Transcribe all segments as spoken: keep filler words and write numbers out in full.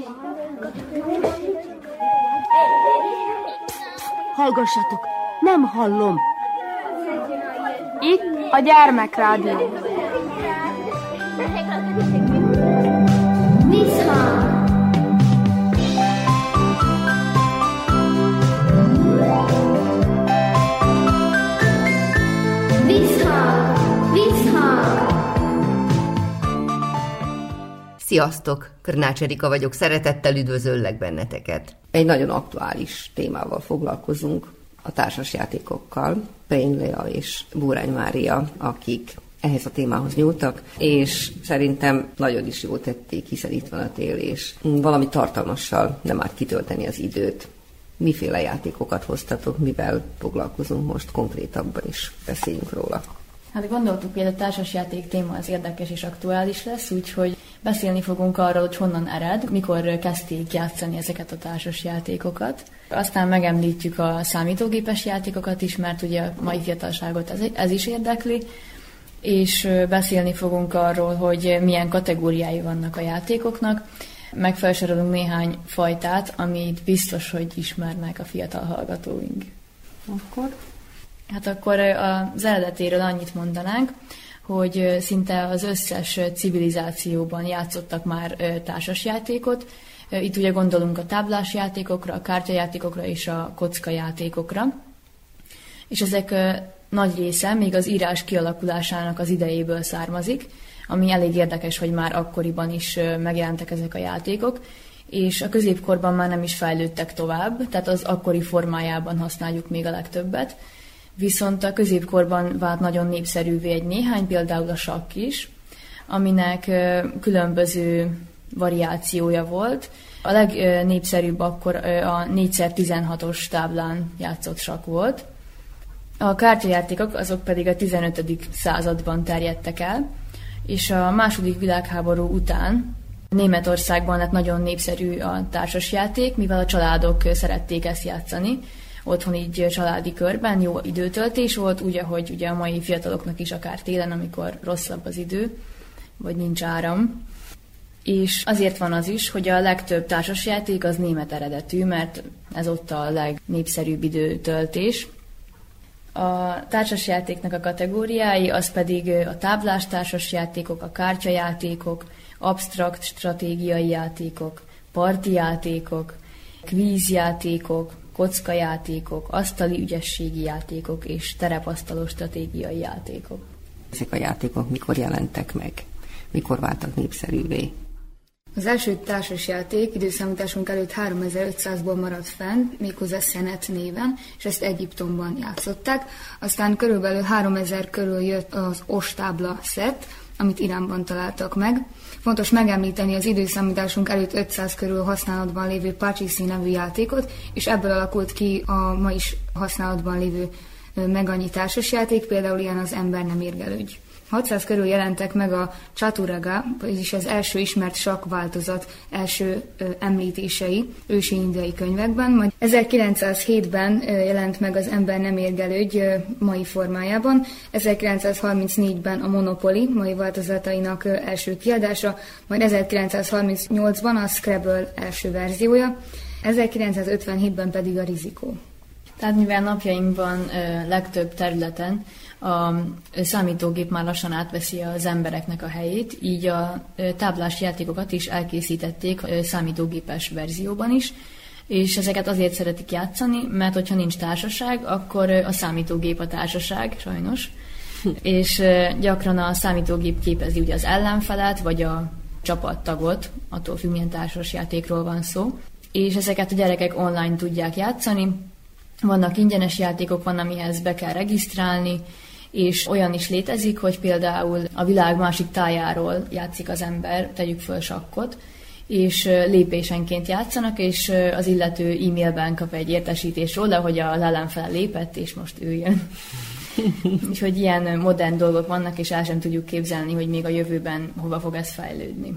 Hallgassatok, nem hallom. Itt a Gyermekrádió. Visszhang. Visszhang. Visszhang. Sziasztok! Körnács Erika vagyok, szeretettel üdvözöllek benneteket. Egy nagyon aktuális témával foglalkozunk, a társasjátékokkal. Prén Lea és Bórány Mária, akik ehhez a témához nyúltak, és szerintem nagyon is jól tették, hiszen itt van a tél, és valami tartalmassal nem árt kitölteni az időt. Miféle játékokat hoztatok, mivel foglalkozunk most, konkrétabban is beszéljünk róla. Hát gondoltuk, hogy a társasjáték téma az érdekes és aktuális lesz, úgyhogy beszélni fogunk arról, hogy honnan ered, mikor kezdték játszani ezeket a társasjátékokat. Aztán megemlítjük a számítógépes játékokat is, mert ugye a mai fiatalságot ez, ez is érdekli, és beszélni fogunk arról, hogy milyen kategóriái vannak a játékoknak, meg felsorolunk néhány fajtát, amit biztos, hogy ismernek a fiatal hallgatóink. Akkor? Hát akkor az eredetéről annyit mondanánk, hogy szinte az összes civilizációban játszottak már társasjátékot. Itt ugye gondolunk a táblás játékokra, a kártyajátékokra és a kockajátékokra. És ezek nagy része még az írás kialakulásának az idejéből származik, ami elég érdekes, hogy már akkoriban is megjelentek ezek a játékok, és a középkorban már nem is fejlődtek tovább, tehát az akkori formájában használjuk még a legtöbbet. Viszont a középkorban vált nagyon népszerűvé egy néhány, például a sakk is, aminek különböző variációja volt. A legnépszerűbb akkor a négy tizenhatos táblán játszott sakk volt. A kártyajátékok azok pedig a tizenötödik században terjedtek el, és a második világháború után Németországban lett nagyon népszerű a társasjáték, mivel a családok szerették ezt játszani. Otthon így családi körben jó időtöltés volt, úgy, ahogy ugye a mai fiataloknak is akár télen, amikor rosszabb az idő, vagy nincs áram. És azért van az is, hogy a legtöbb társasjáték az német eredetű, mert ez ott a legnépszerűbb időtöltés. A társasjátéknak a kategóriái az pedig a táblás társasjátékok, a kártyajátékok, absztrakt stratégiai játékok, partijátékok, kvízjátékok, kockajátékok, asztali ügyességi játékok és terepasztalos stratégiai játékok. Ezek a játékok mikor jelentek meg? Mikor váltak népszerűvé? Az első társasjáték időszámításunk előtt háromezer-ötszázból maradt fenn, méghozzá Szenet néven, és ezt Egyiptomban játszották. Aztán körülbelül háromezer körül jött az ostábla szett, amit Iránban találtak meg. Fontos megemlíteni az időszámításunk előtt ötszáz körül használatban lévő Pachisi nevű játékot, és ebből alakult ki a ma is használatban lévő megannyi társasjáték, például ilyen az Ember nem érgelődj. hatszáz körül jelentek meg a Chaturaga, vagyis az első ismert sakk változat első ö, említései ősi indiai könyvekben, majd ezerkilencszázhétben ö, jelent meg az Ember nem érgelődj ö, mai formájában, ezerkilencszázharmincnégyben a Monopoly mai változatainak ö, első kiadása, majd ezerkilencszázharmincnyolcban a Scrabble első verziója, ezerkilencszázötvenhétben pedig a Rizikó. Tehát mivel napjainkban ö, legtöbb területen a számítógép már lassan átveszi az embereknek a helyét, így a táblás játékokat is elkészítették számítógépes verzióban is, és ezeket azért szeretik játszani, mert hogyha nincs társaság, akkor a számítógép a társaság, sajnos, és gyakran a számítógép képezi ugye az ellenfelet, vagy a csapattagot, attól függ, milyen társasjátékról van szó, és ezeket a gyerekek online tudják játszani. Vannak ingyenes játékok, van, amihez be kell regisztrálni, és olyan is létezik, hogy például a világ másik tájáról játszik az ember, tegyük föl sakkot, és lépésenként játszanak, és az illető e-mailben kap egy értesítést róla, hogy az ellenfele lépett, és most ő jön. Úgyhogy ilyen modern dolgok vannak, és el sem tudjuk képzelni, hogy még a jövőben hova fog ez fejlődni.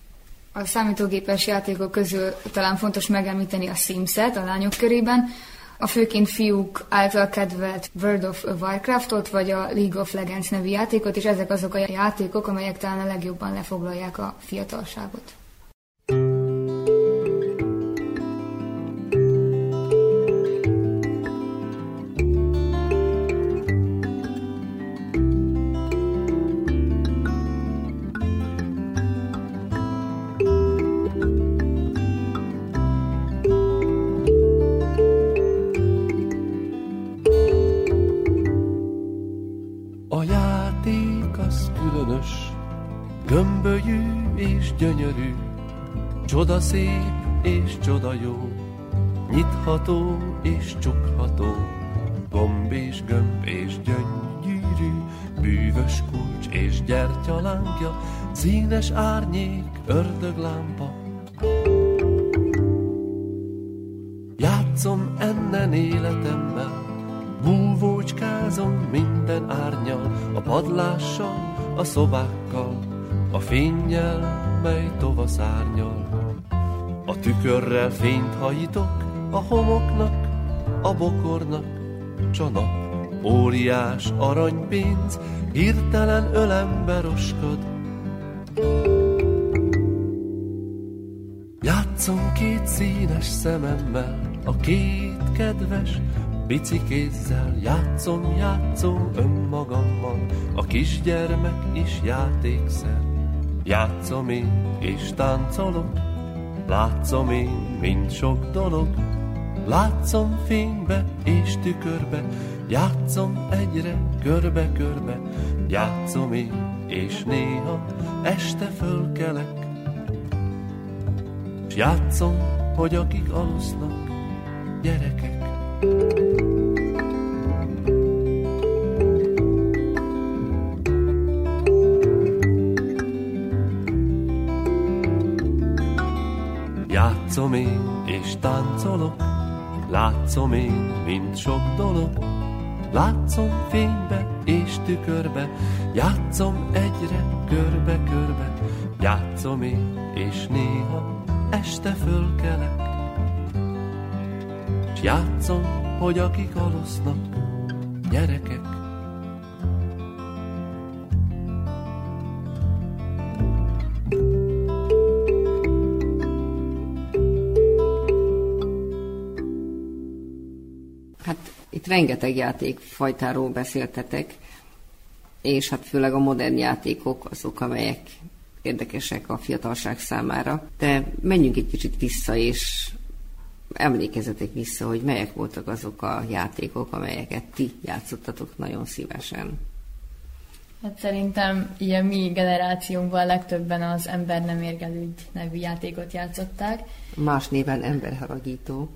A számítógépes játékok közül talán fontos megemlíteni a Sims-et a lányok körében, a főként fiúk által kedvelt World of Warcraftot, vagy a League of Legends nevű játékot, és ezek azok a játékok, amelyek talán a legjobban lefoglalják a fiatalságot. Csoda szép és csoda jó, nyitható és csukható, gomb és gömb és gyöngyűrű, bűvös kulcs és gyertyalánkja, színes árnyék, ördöglámpa. Játszom ennen életemmel, búvócskázom minden árnyal, a padlással, a szobákkal, a fénnyel, mely tovaszárnyal. A tükörrel fényt hajítok, a homoknak, a bokornak, s a nap, óriás aranypénz, hirtelen ölembe roskad. Játszom két színes szememmel, a két kedves pici kézzel, játszom, játszom önmagammal, a kisgyermek is játékszer. Játszom én és táncolok, látszom én mind sok dolog, látszom fénybe és tükörbe, játszom egyre körbe-körbe, játszom én és néha este fölkelek, s játszom, hogy akik alusznak, gyerekek. Játszom én és táncolok, látszom én mind sok dolog, látszom fénybe és tükörbe, játszom egyre körbe-körbe, játszom én és néha este fölkelek, s játszom, hogy akik alusznak, gyerekek. Itt rengeteg játékfajtáról beszéltetek, és hát főleg a modern játékok azok, amelyek érdekesek a fiatalság számára. De menjünk egy kicsit vissza, és emlékezzetek vissza, hogy melyek voltak azok a játékok, amelyeket ti játszottatok nagyon szívesen. Hát szerintem ilyen mi generációnkban legtöbben az Ember nem érgelődj nevű játékot játszották. Más néven emberharagító.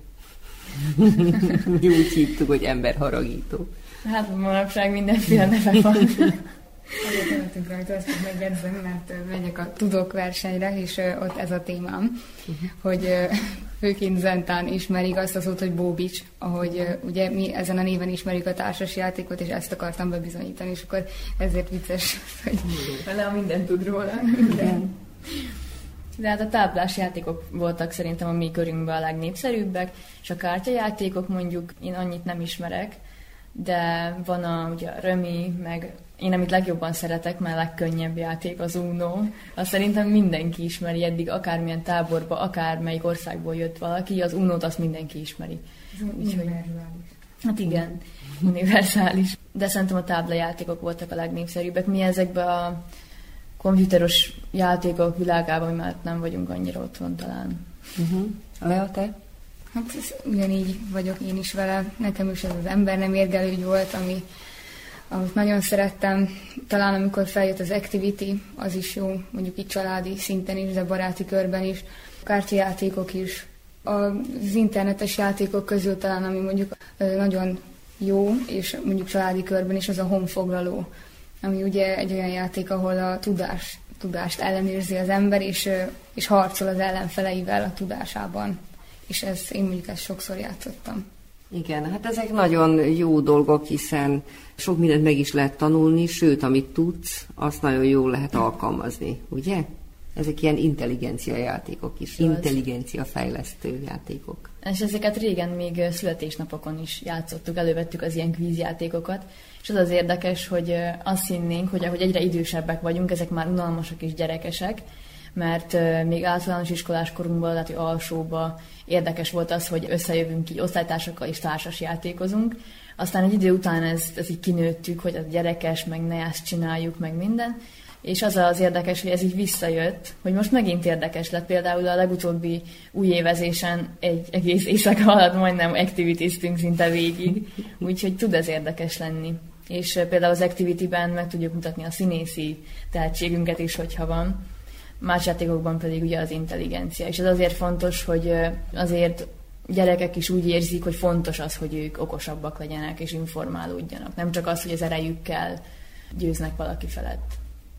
Mi úgy hívtuk, hogy emberharagító. Hát manapság mindenféle neve van. Azért nevetünk rajta, ezt meg megjegyzem, mert megyek a Tudok versenyre, és ott ez a témám, uh-huh. hogy főként Zentán ismerik azt a szót, hogy bóbics, ahogy ugye mi ezen a néven ismerjük a társasjátékot, és ezt akartam bebizonyítani, és akkor ezért vicces, hogy vele minden tud róla. Igen. De hát a táblás játékok voltak szerintem a mi körünkben a legnépszerűbbek, és a kártyajátékok mondjuk én annyit nem ismerek, de van a, ugye, a römi, meg én amit legjobban szeretek, mert a legkönnyebb játék az Uno. Azt szerintem mindenki ismeri eddig, akármilyen táborba, akármelyik országból jött valaki, az Unót azt mindenki ismeri. Univerzális. Hát igen, univerzális. De szerintem a táblajátékok voltak a legnépszerűbbek. Mi ezekben a komputeros játékok világában már nem vagyunk annyira otthon talán. Uh-huh. Lea, te? Hát ugyanígy vagyok én is vele. Nekem is ez az Ember nem érgelődj volt, ami, amit nagyon szerettem. Talán amikor feljött az Activity, az is jó, mondjuk itt családi szinten is, de baráti körben is. A kártyajátékok is. Az internetes játékok közül talán, ami mondjuk nagyon jó, és mondjuk családi körben is, az a honfoglaló, ami ugye egy olyan játék, ahol a tudás, tudást ellenőrzi az ember, és, és harcol az ellenfeleivel a tudásában. És ez, én mondjuk ezt sokszor játszottam. Igen, hát ezek nagyon jó dolgok, hiszen sok mindent meg is lehet tanulni, sőt, amit tudsz, azt nagyon jól lehet alkalmazni, ugye? Ezek ilyen intelligencia játékok is, intelligencia fejlesztő játékok. És ezeket régen még születésnapokon is játszottuk, elővettük az ilyen kvízjátékokat, és az az érdekes, hogy azt hinnénk, hogy ahogy egyre idősebbek vagyunk, ezek már unalmasak és gyerekesek, mert még általános iskolás korunkban, tehát alsóba érdekes volt az, hogy összejövünk így osztálytársakkal és társas játékozunk. Aztán egy idő után ezt, ezt így kinőttük, hogy ez gyerekes, meg ne ezt csináljuk, meg minden. És az az érdekes, hogy ez így visszajött, hogy most megint érdekes lett. Például a legutóbbi újévezésen egy egész éjszaka alatt majdnem activitiztünk szinte végig, úgyhogy tud ez érdekes lenni. És például az activity-ben meg tudjuk mutatni a színészi tehetségünket is, hogyha van. más játékokban pedig ugye az intelligencia. És ez azért fontos, hogy azért gyerekek is úgy érzik, hogy fontos az, hogy ők okosabbak legyenek és informálódjanak. Nem csak az, hogy az erejükkel győznek valaki felett.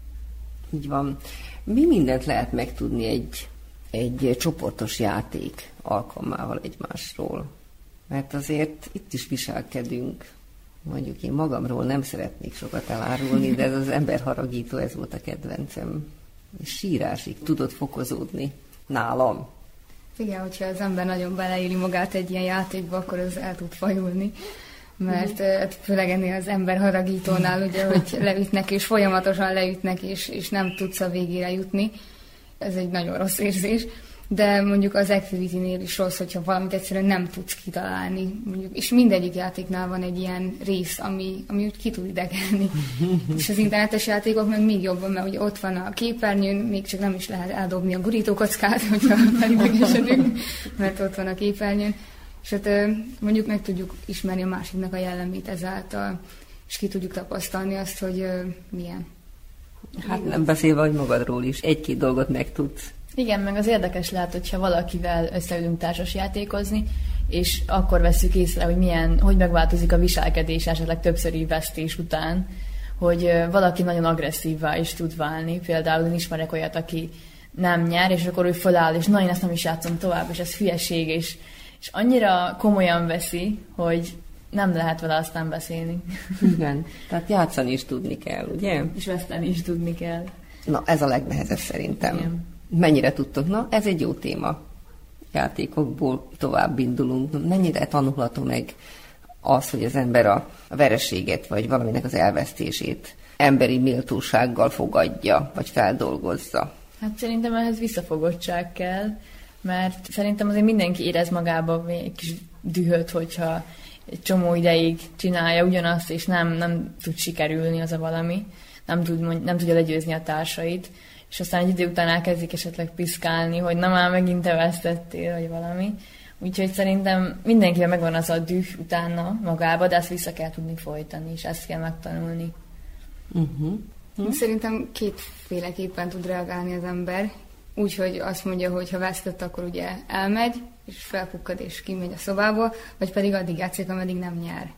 Így van. Mi mindent lehet megtudni egy, egy csoportos játék alkalmával egymásról? Mert azért itt is viselkedünk. Mondjuk én magamról nem szeretnék sokat elárulni, de ez az emberharagító, ez volt a kedvencem. És sírásig tudott fokozódni nálam. Igen, hogyha az ember nagyon beleéli magát egy ilyen játékba, akkor az el tud fajulni. Mert mm. főleg ennél az emberharagítónál, ugye, hogy leütnek, és folyamatosan leütnek, és, és nem tudsz a végére jutni. Ez egy nagyon rossz érzés. De mondjuk az Activity-nél is rossz, hogyha valamit egyszerűen nem tudsz kitalálni. Mondjuk, és mindegyik játéknál van egy ilyen rész, ami, ami úgy ki tud idegelni. És az internetes játékok meg még jobban, mert ugye ott van a képernyőn, még csak nem is lehet eldobni a gurítókockát, hogyha felidegesedünk, mert ott van a képernyőn. És hát mondjuk meg tudjuk ismerni a másiknak a jellemét ezáltal, és ki tudjuk tapasztalni azt, hogy milyen. Hát nem beszélve, hogy magadról is. Egy-két dolgot megtudsz. Igen, meg az érdekes lehet, hogyha valakivel összeülünk társasjátékozni, és akkor vesszük észre, hogy milyen, hogy megváltozik a viselkedés esetleg többszöri vesztés után, hogy valaki nagyon agresszívvá is tud válni. Például én ismerek olyat, aki nem nyer, és akkor ő föláll, és na, én ezt nem is játszom tovább, és ez hülyeség, és, és annyira komolyan veszi, hogy nem lehet vele aztán beszélni. Igen, tehát játszani is tudni kell, ugye? És veszteni is tudni kell. Na, ez a legnehezebb szerintem. Igen. Mennyire tudtok? Na, ez egy jó téma. Játékokból tovább indulunk. Mennyire tanulható meg az, hogy az ember a vereséget, vagy valaminek az elvesztését emberi méltósággal fogadja, vagy feldolgozza? Hát szerintem ehhez visszafogottság kell, mert szerintem azért mindenki érez magába egy kis dühöt, hogyha egy csomó ideig csinálja ugyanazt, és nem, nem tud sikerülni az a valami, nem, tud, nem tudja legyőzni a társait, és aztán egy idő után elkezdik esetleg piszkálni, hogy na már megint te vesztettél, vagy valami. Úgyhogy szerintem mindenkivel megvan az a düh utána magába, de ezt vissza kell tudni folytani, és ezt kell megtanulni. Uh-huh. Uh-huh. Szerintem kétféleképpen tud reagálni az ember. Úgyhogy azt mondja, hogy ha vesztett, akkor ugye elmegy, és felpukkad, és kimegy a szobából, vagy pedig addig játszik, ameddig nem nyer.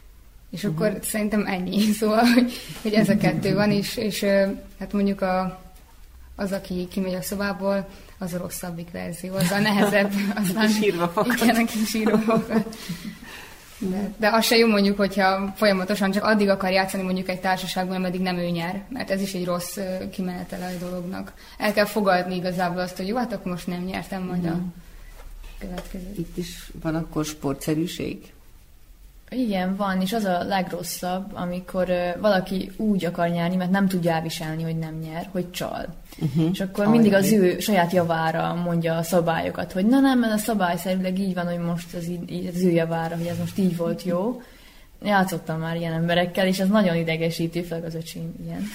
És uh-huh. akkor szerintem ennyi. Szóval, hogy, hogy ez a kettő van, és, és hát mondjuk a az, aki kimegy a szobából, az a rosszabbik verzió, az a nehezebb. Aztán sírva fakad. Igen, aki sírva fakad. De, de az se jó mondjuk, hogyha folyamatosan csak addig akar játszani mondjuk egy társaságban, ameddig nem ő nyer, mert ez is egy rossz kimenetele a dolognak. El kell fogadni igazából azt, hogy jó, hát akkor most nem nyertem, majd a következő. Itt is van akkor sportszerűség? Igen, van, és az a legrosszabb, amikor uh, valaki úgy akar nyerni, mert nem tudja elviselni, hogy nem nyer, hogy csal. Uh-huh. És akkor mindig az ő saját javára mondja a szabályokat, hogy na nem, mert a szabályszerűleg így van, hogy most az, így, az ő javára, hogy ez most így volt jó. Játszottam már ilyen emberekkel, és ez nagyon idegesítő, főleg az öcsém ilyen.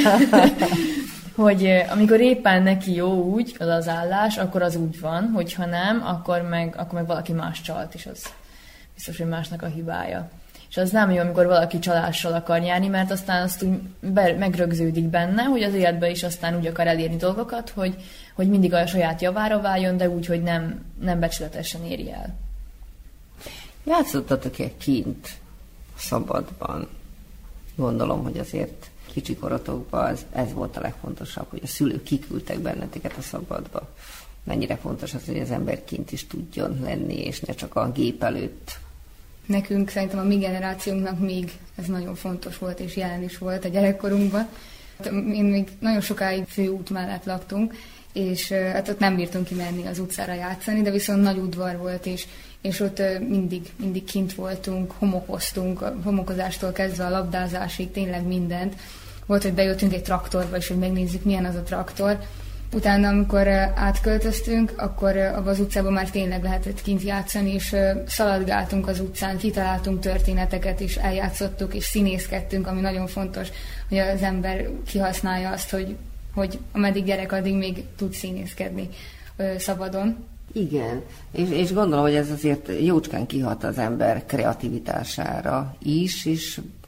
Hogy uh, amikor éppen neki jó úgy, az az állás, akkor az úgy van, hogyha nem, akkor meg, akkor meg valaki más csalt, és az biztos, hogy másnak a hibája. És az nem jó, amikor valaki csalással akar nyerni, mert aztán azt úgy be, megrögződik benne, hogy az életben is aztán úgy akar elérni dolgokat, hogy, hogy mindig a saját javára váljon, de úgy, hogy nem, nem becsületesen éri el. Játszottatok-e kint szabadban? Gondolom, hogy azért kicsikorotokban ez, ez volt a legfontosabb, hogy a szülők kiküldtek benneteket a szabadba. Mennyire fontos az, hogy az ember kint is tudjon lenni, és ne csak a gép előtt. Nekünk, szerintem a mi generációnknak még ez nagyon fontos volt, és jelen is volt a gyerekkorunkban. Én még nagyon sokáig főút mellett laktunk, és hát ott nem bírtunk kimenni az utcára játszani, de viszont nagy udvar volt, és, és ott mindig, mindig kint voltunk, homokoztunk, a homokozástól kezdve a labdázásig, tényleg mindent. Volt, hogy bejöttünk egy traktorba, és hogy megnézzük, milyen az a traktor. Utána, amikor átköltöztünk, akkor abban az utcában már tényleg lehetett kint játszani, és szaladgáltunk az utcán, kitaláltunk történeteket, és eljátszottuk, és színészkedtünk, ami nagyon fontos, hogy az ember kihasználja azt, hogy, hogy ameddig gyerek, addig még tud színészkedni szabadon. Igen, és, és gondolom, hogy ez azért jócskán kihat az ember kreativitására is, és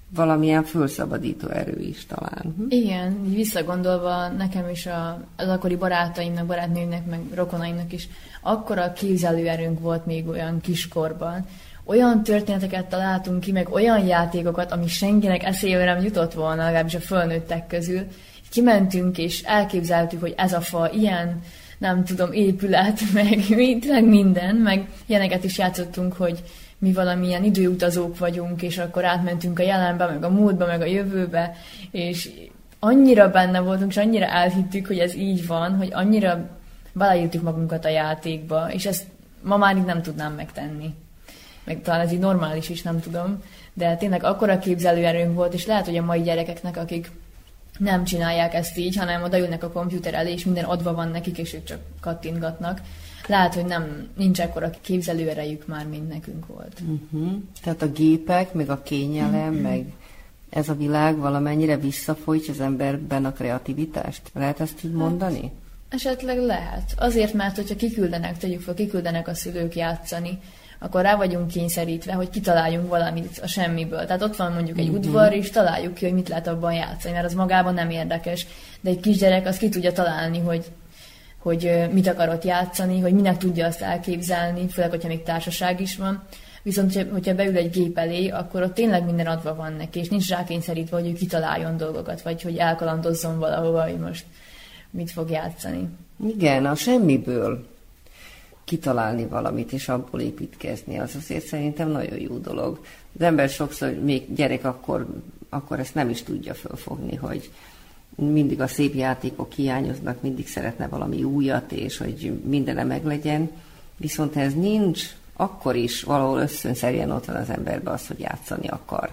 valamilyen fölszabadító erő is talán. Hm? Igen, így visszagondolva nekem is a, az akkori barátaimnak, barátnőimnek, meg rokonaimnak is akkora képzelőerőnk volt még olyan kiskorban. Olyan történeteket találtunk ki, meg olyan játékokat, ami senkinek eszébe nem jutott volna, legalábbis a fölnőttek közül. Kimentünk és elképzeltük, hogy ez a fa ilyen, nem tudom, épület, meg tényleg minden, meg ilyeneket is játszottunk, hogy mi valamilyen időutazók vagyunk, és akkor átmentünk a jelenbe, meg a múltba, meg a jövőbe, és annyira benne voltunk, és annyira elhittük, hogy ez így van, hogy annyira beleírtuk magunkat a játékba, és ezt ma már így nem tudnám megtenni. Meg talán ez így normális is, nem tudom, de tényleg akkora képzelőerőnk volt, és lehet, hogy a mai gyerekeknek, akik nem csinálják ezt így, hanem odaülnek a komputer elé, és minden adva van nekik, és ők csak kattintgatnak. Lehet, hogy nem, nincs ekkora képzelőerejük már, mint nekünk volt. Uh-huh. Tehát a gépek, meg a kényelem, uh-huh. meg ez a világ valamennyire visszafolytja az emberben a kreativitást? Lehet ezt így mondani? Hát, esetleg lehet. Azért, mert hogyha kiküldenek, tegyük fel, kiküldenek a szülők játszani, akkor rá vagyunk kényszerítve, hogy kitaláljunk valamit a semmiből. Tehát ott van mondjuk egy uh-huh. udvar, és találjuk ki, hogy mit lehet abban játszani, mert az magában nem érdekes. De egy kisgyerek az ki tudja találni, hogy, hogy mit akarott játszani, hogy minek tudja azt elképzelni, főleg, hogyha még társaság is van. Viszont, hogyha beül egy gép elé, akkor ott tényleg minden adva van neki, és nincs rákényszerítve, hogy ő kitaláljon dolgokat, vagy hogy elkalandozzon valahova, hogy most mit fog játszani. Igen, a semmiből kitalálni valamit, és abból építkezni, az azért szerintem nagyon jó dolog. Az ember sokszor, még gyerek, akkor, akkor ezt nem is tudja fölfogni, hogy mindig a szép játékok hiányoznak, mindig szeretne valami újat, és hogy mindene meglegyen. Viszont ez nincs, akkor is valahol összönszerűen ott van az emberben az, hogy játszani akar.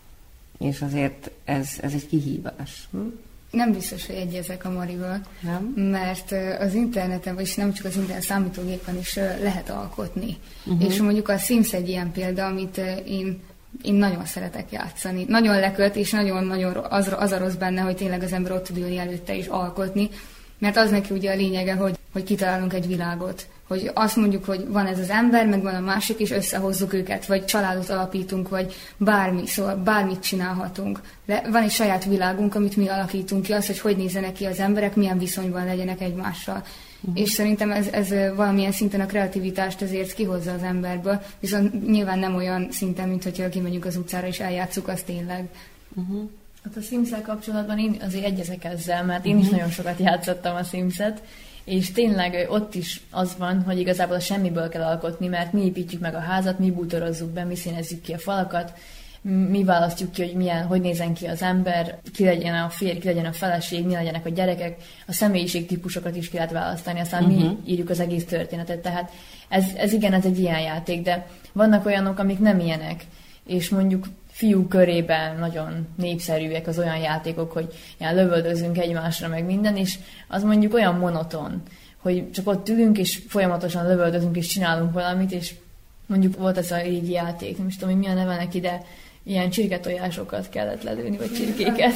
És azért ez, ez egy kihívás. Hm? Nem biztos, hogy egyezek a Marival, nem? Mert az interneten, vagyis nem csak az internet, számítógépen is lehet alkotni. Uh-huh. És mondjuk a Sims egy ilyen példa, amit én, én nagyon szeretek játszani. Nagyon lekölt, és nagyon-nagyon az, az a rossz benne, hogy tényleg az ember ott tud ülni előtte is alkotni. Mert az neki ugye a lényege, hogy, hogy kitalálunk egy világot. Hogy azt mondjuk, hogy van ez az ember, meg van a másik, és összehozzuk őket, vagy családot alapítunk, vagy bármi, szóval bármit csinálhatunk. De van egy saját világunk, amit mi alakítunk ki, az, hogy hogy nézzenek ki az emberek, milyen viszonyban legyenek egymással. Uh-huh. És szerintem ez, ez valamilyen szinten a kreativitást ezért kihozza az emberből, viszont nyilván nem olyan szinten, mint hogyha kimegyünk az utcára és eljátszuk azt tényleg. Uh-huh. Hát a Sims-szel kapcsolatban én azért egyezek ezzel, mert én is nagyon sokat játszottam a Sims-et, és tényleg ott is az van, hogy igazából a semmiből kell alkotni, mert mi építjük meg a házat, mi bútorozzuk be, mi színezzük ki a falakat, mi választjuk ki, hogy milyen, hogy nézen ki az ember, ki legyen a férj, ki legyen a feleség, mi legyenek a gyerekek, a személyiségtípusokat is ki lehet választani, aztán uh-huh. mi írjuk az egész történetet. Tehát ez, ez igen, ez egy ilyen játék, de vannak olyanok, amik nem ilyenek, és mondjuk fiú körében nagyon népszerűek az olyan játékok, hogy ilyen lövöldözünk egymásra, meg minden, és az mondjuk olyan monoton, hogy csak ott ülünk, és folyamatosan lövöldözünk, és csinálunk valamit, és mondjuk volt ez a régi játék, nem is tudom, hogy mi a neve neki, de ilyen csirketojásokat kellett lelőni, vagy csirkéket.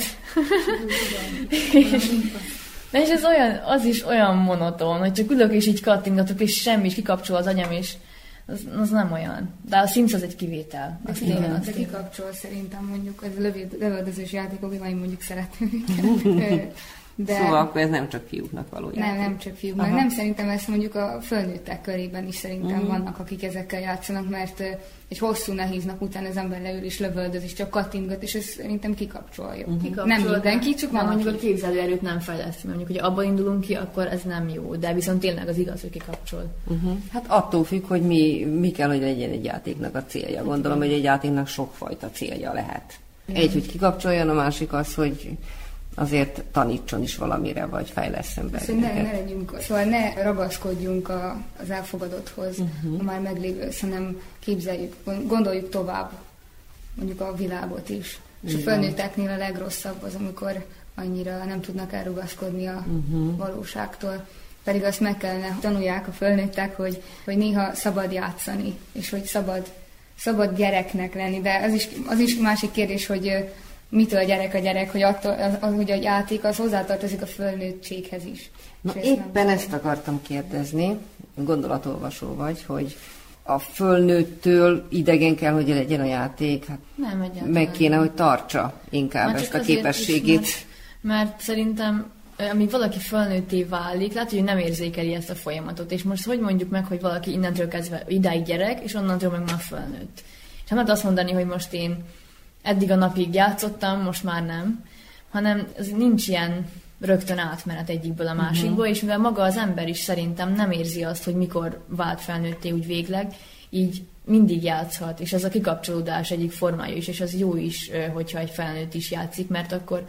és, és ez olyan, az is olyan monoton, hogy csak ülök, és így kattingatok, és semmi, és kikapcsol az agyam, és Az, az nem olyan. De a Sims az egy kivétel. Azt igen, én azt kikapcsol szerintem mondjuk az lövöldözős játékok, én mondjuk szeretem őket. De szóval akkor ez nem csak fiúknak való játék. Nem, nem csak fiúknak. Nem, szerintem ezt mondjuk a fölnőttek körében is szerintem uh-huh. vannak, akik ezekkel játszanak, mert egy hosszú, nehéz nap után az ember leül és lövöldöz, és csak kattintgat, és ez szerintem kikapcsolja. Uh-huh. Kikapcsol, nem mindenki, csak van, mondjuk a képzelőerőt nem fejleszti. Mondjuk, hogy abban indulunk ki, akkor ez nem jó, de viszont tényleg az igaz, hogy kikapcsol. Uh-huh. Hát attól függ, hogy mi, mi kell, hogy legyen egy játéknak a célja. Gondolom, hogy egy játéknak sokfajta célja lehet. Uh-huh. Egy, hogy kikapcsoljon, a másik az, hogy azért tanítson is valamire, vagy fejleszten be. Szóval ne, ne legyünk, szóval ne ragaszkodjunk a, az elfogadotthoz, uh-huh. a már meglévő, hanem képzeljük, gondoljuk tovább, mondjuk a világot is. És igen. A felnőtteknél a legrosszabb az, amikor annyira nem tudnak elrugaszkodni a uh-huh. valóságtól. Pedig azt meg kellene tanulják a felnőttek, hogy, hogy néha szabad játszani, és hogy szabad, szabad gyereknek lenni. De az is, az is másik kérdés, hogy mitől gyerek a gyerek, hogy, attól, az, az, hogy a játék az hozzátartozik a fölnőttséghez is. Na éppen ezt akartam kérdezni, gondolatolvasó vagy, hogy a fölnőttől idegen kell, hogy legyen a játék. Hát nem, egyáltalán. Meg kéne, hogy tartsa inkább már ezt a képességét. Is, mert, mert szerintem, amíg valaki fölnőtté válik, lehet, hogy nem érzékeli ezt a folyamatot. És most hogy mondjuk meg, hogy valaki innentől kezdve idáig gyerek, és onnantól meg már fölnőtt. És nem lehet azt mondani, hogy most én eddig a napig játszottam, most már nem, hanem ez nincs ilyen rögtön átmenet egyikből a másikból, uh-huh. és mivel maga az ember is szerintem nem érzi azt, hogy mikor vált felnőtté úgy végleg, így mindig játszhat, és ez a kikapcsolódás egyik formája is, és az jó is, hogyha egy felnőtt is játszik, mert akkor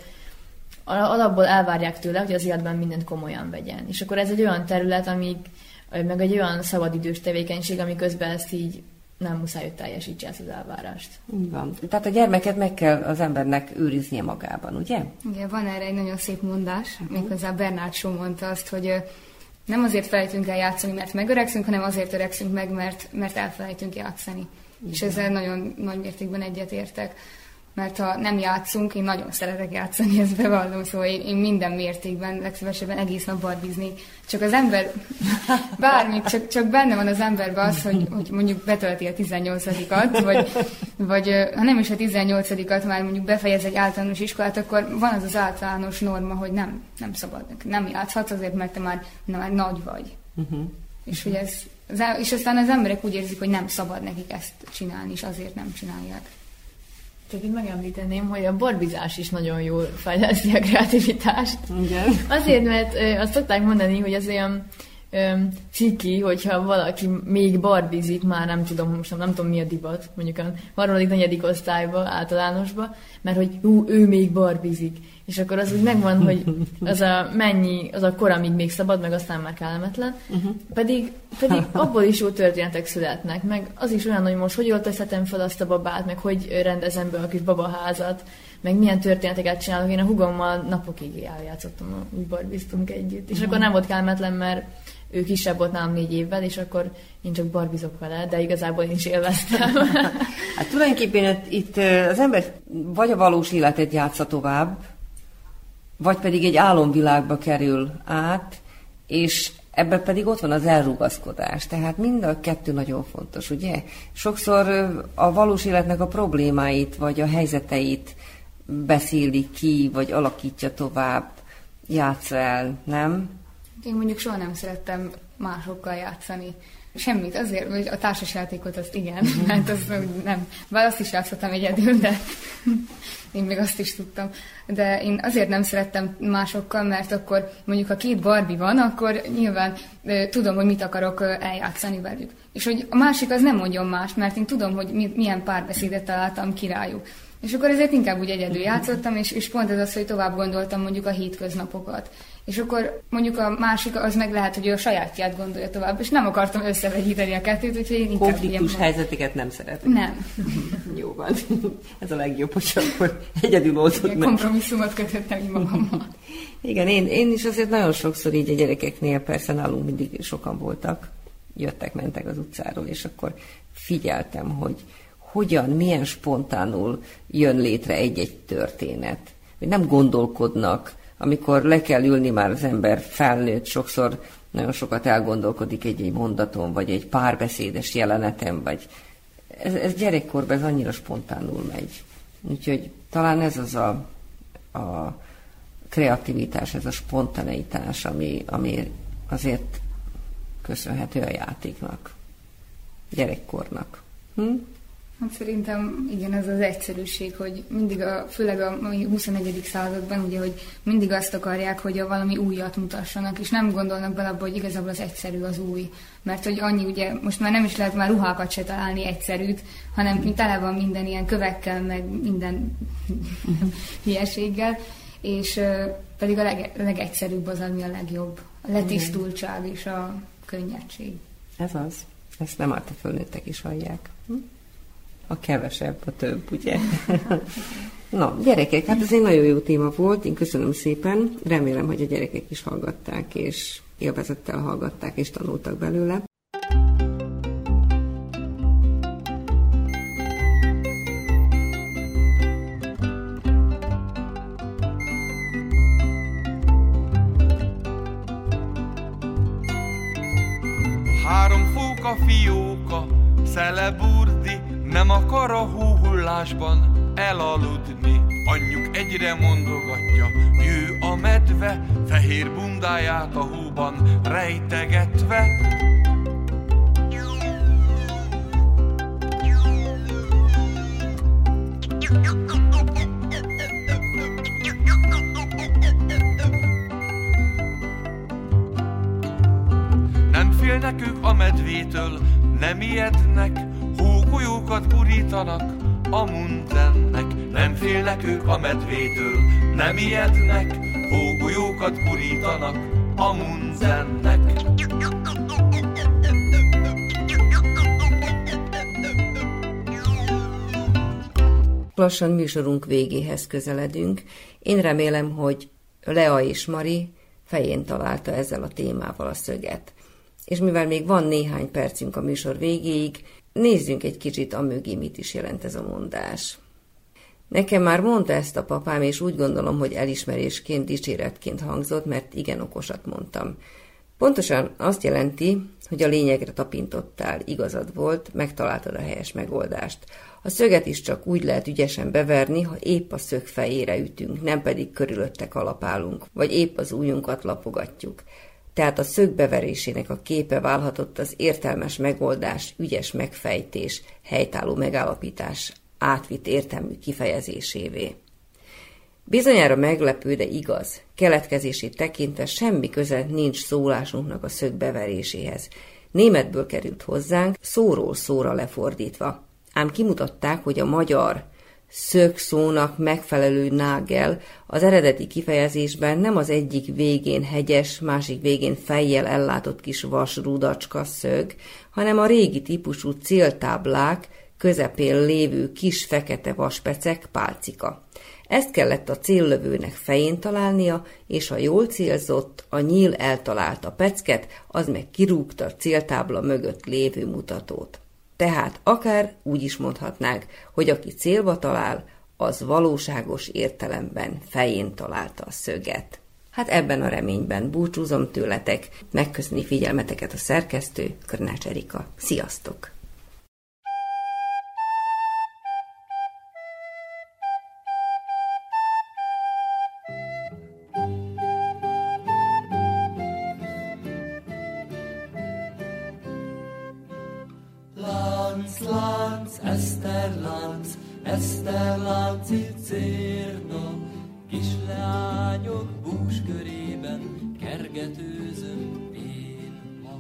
alapból elvárják tőle, hogy az életben mindent komolyan vegyen. És akkor ez egy olyan terület, amíg, meg egy olyan szabadidős tevékenység, ami közben ezt így nem muszáj, hogy teljesítse ezt az elvárást. Van. Tehát a gyermeket meg kell az embernek őriznie magában, ugye? Igen, van erre egy nagyon szép mondás, uh-huh. méghozzá Bernard Shaw mondta azt, hogy nem azért felejtünk el játszani, mert megöregszünk, hanem azért öregszünk meg, mert, mert elfelejtünk játszani. Igen. És ezzel nagyon nagy mértékben egyetértek. Mert ha nem játszunk, én nagyon szeretek játszani, ezt bevallom, szóval én, én minden mértékben, legszívesebben egész nap barbiznék. Csak az ember, bármit, csak, csak benne van az emberben az, hogy, hogy mondjuk betölti a tizennyolcadikat, vagy, vagy ha nem is a tizennyolcadikat, már mondjuk befejez egy általános iskolát, akkor van az az általános norma, hogy nem, nem szabad, nem játszhatsz azért, mert te már, már nagy vagy. Uh-huh. És, hogy ez, és aztán az emberek úgy érzik, hogy nem szabad nekik ezt csinálni, és azért nem csinálják. Csak itt megemlíteném, hogy a barbizás is nagyon jól fejleszti a kreativitást. Igen. Azért, mert ö, azt szokták mondani, hogy az olyan ö, ciki, hogyha valaki még barbizik, már nem tudom, most nem tudom mi a divat, mondjuk a harmadik, negyedik osztályba, általánosba, mert hogy ú, ő még barbizik. És akkor az úgy megvan, hogy az a mennyi, az a kor, amíg még szabad, meg aztán már kellemetlen. Uh-huh. Pedig, pedig abból is jó történetek születnek, meg az is olyan, hogy most hogy öltözhetem fel azt a babát, meg hogy rendezem be a kis babaházat, meg milyen történeteket csinálok. Én a hugommal napokig eljátszottam, úgy barbiztunk együtt. És uh-huh. akkor nem volt kellemetlen, mert ő kisebb volt nálam négy évvel, és akkor én csak barbizok vele, de igazából én is élveztem. Hát tulajdonképpen itt az ember vagy a valós életet játsza tovább, vagy pedig egy álomvilágba kerül át, és ebben pedig ott van az elrugaszkodás. Tehát mind a kettő nagyon fontos, ugye? Sokszor a valós életnek a problémáit, vagy a helyzeteit beszéli ki, vagy alakítja tovább, játsza el, nem? Én mondjuk soha nem szerettem másokkal játszani. Semmit, azért, hogy a társasjátékot azt igen, mert az nem. Bár azt is játszottam egyedül, de én még azt is tudtam. De én azért nem szerettem másokkal, mert akkor mondjuk ha két Barbie van, akkor nyilván e, tudom, hogy mit akarok eljátszani velük. És hogy a másik az nem mondjon más, mert én tudom, hogy mi, milyen párbeszédet találtam ki rájuk. És akkor ezért inkább úgy egyedül játszottam, és, és pont ez az, hogy tovább gondoltam mondjuk a hétköznapokat. És akkor mondjuk a másik az meg lehet, hogy ő a sajátját gondolja tovább, és nem akartam összevegyíteni a kettőt, úgyhogy én inkább... Konfliktus helyzeteket nem szeretem. Nem. Jó van. Ez a legjobb, hogy akkor egyedül oldod meg. Kompromisszumot kötöttem így magammal. Igen, én, én is azért nagyon sokszor így a gyerekeknél, persze nálunk mindig sokan voltak, jöttek, mentek az utcáról, és akkor figyeltem, hogy hogyan, milyen spontánul jön létre egy-egy történet. Hogy nem gondolkodnak, amikor le kell ülni, már az ember felnőtt, sokszor nagyon sokat elgondolkodik egy-egy mondaton, vagy egy párbeszédes jelenetem, vagy ez, ez gyerekkorban ez annyira spontánul megy. Úgyhogy talán ez az a, a kreativitás, ez a spontaneitás, ami, ami azért köszönhető a játéknak, gyerekkornak. Hm? Hát szerintem igen, ez az egyszerűség, hogy mindig, a, főleg a huszonegyedik században, ugye, hogy mindig azt akarják, hogy a valami újat mutassanak, és nem gondolnak bele abba, hogy igazából az egyszerű az új. Mert hogy annyi, ugye, most már nem is lehet már ruhákat se találni egyszerűt, hanem tele van minden ilyen kövekkel, meg minden hülyeséggel, és uh, pedig a leg, legegyszerűbb az, ami a legjobb. A letisztultság és a könnyedség. Ez az. Ezt nem árt a fölnőttek is hallják. Hm? A kevesebb, a több, ugye? Na, gyerekek, hát ez egy nagyon jó téma volt, én köszönöm szépen, remélem, hogy a gyerekek is hallgatták, és élvezettel hallgatták, és tanultak belőle. Három fóka fióka Szeleburdi nem akar a hóhullásban elaludni. Anyjuk egyre mondogatja, jő a medve, fehér bundáját a hóban rejtegetve. Nem félnek ők a medvétől, nem ijednek, hógolyókat gurítanak a Munzennek. Nem félnek ők a medvétől, nem ijednek, hógolyókat gurítanak a Munzennek. Lassan műsorunk végéhez közeledünk. Én remélem, hogy Lea és Mari fején találta ezzel a témával a szöget. És mivel még van néhány percünk a műsor végéig, nézzünk egy kicsit amögé, mit is jelent ez a mondás. Nekem már mondta ezt a papám, és úgy gondolom, hogy elismerésként, dicséretként hangzott, mert igen okosat mondtam. Pontosan azt jelenti, hogy a lényegre tapintottál, igazad volt, megtaláltad a helyes megoldást. A szöget is csak úgy lehet ügyesen beverni, ha épp a szög fejére ütünk, nem pedig körülötte kalapálunk, vagy épp az ujjunkat lapogatjuk. Tehát a szög beverésének a képe válhatott az értelmes megoldás, ügyes megfejtés, helytálló megállapítás, átvitt értelmű kifejezésévé. Bizonyára meglepő, de igaz, keletkezését tekintve semmi köze nincs szólásunknak a szög beveréséhez. Németből került hozzánk, szóról szóra lefordítva. Ám kimutatták, hogy a magyar szög szónak megfelelő nágel az eredeti kifejezésben nem az egyik végén hegyes, másik végén fejjel ellátott kis vasrudacska szög, hanem a régi típusú céltáblák közepén lévő kis fekete vaspecek, pálcika. Ezt kellett a céllövőnek fején találnia, és ha jól célzott, a nyíl eltalálta a pecket, az meg kirúgta a céltábla mögött lévő mutatót. Tehát akár úgy is mondhatnánk, hogy aki célba talál, az valóságos értelemben fején találta a szöget. Hát ebben a reményben búcsúzom tőletek, megköszöni figyelmeteket a szerkesztő, Körnács Erika. Sziasztok! Eszterlánc, Eszterlánci cérna, kis leányok búskörében kergetőzöm én ma.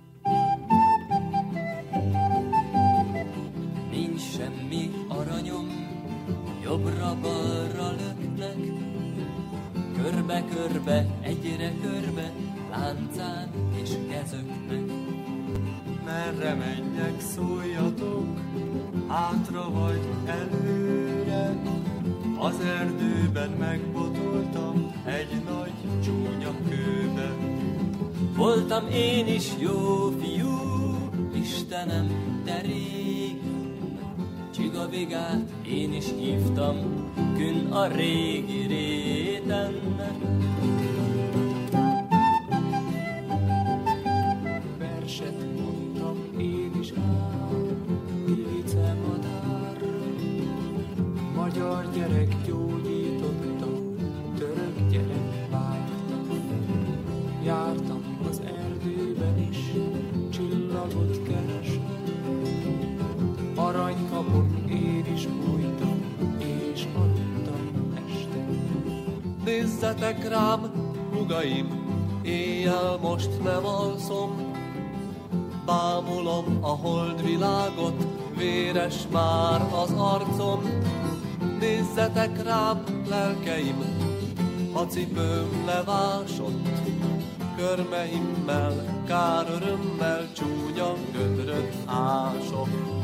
Nincs semmi aranyom, jobbra-balra löknek, körbe-körbe, egyre körbe, láncán és kezöknek. Merre menjek, szóljatok, hátra vagy előre. Az erdőben megbotoltam egy nagy csúnya kőbe. Voltam én is jó fiú, Istenem, de rég. Csigavigát én is hívtam, kün a régi réten. Verset mondtam én is ám, Ilice madár. Magyar gyerek gyógyította, török gyerek várta. Jártam az erdőben is, csillagot keresve. Aranykapon én is bújtam, és aludtam este. Nézzetek rám, hugaim, éjjel most nem alszom. Bámulom a holdvilágot, véres már az arcom. Nézzetek rám, lelkeim, a cipőm levásott. Körmeimmel, kár örömmel, csúnya gödröt ások.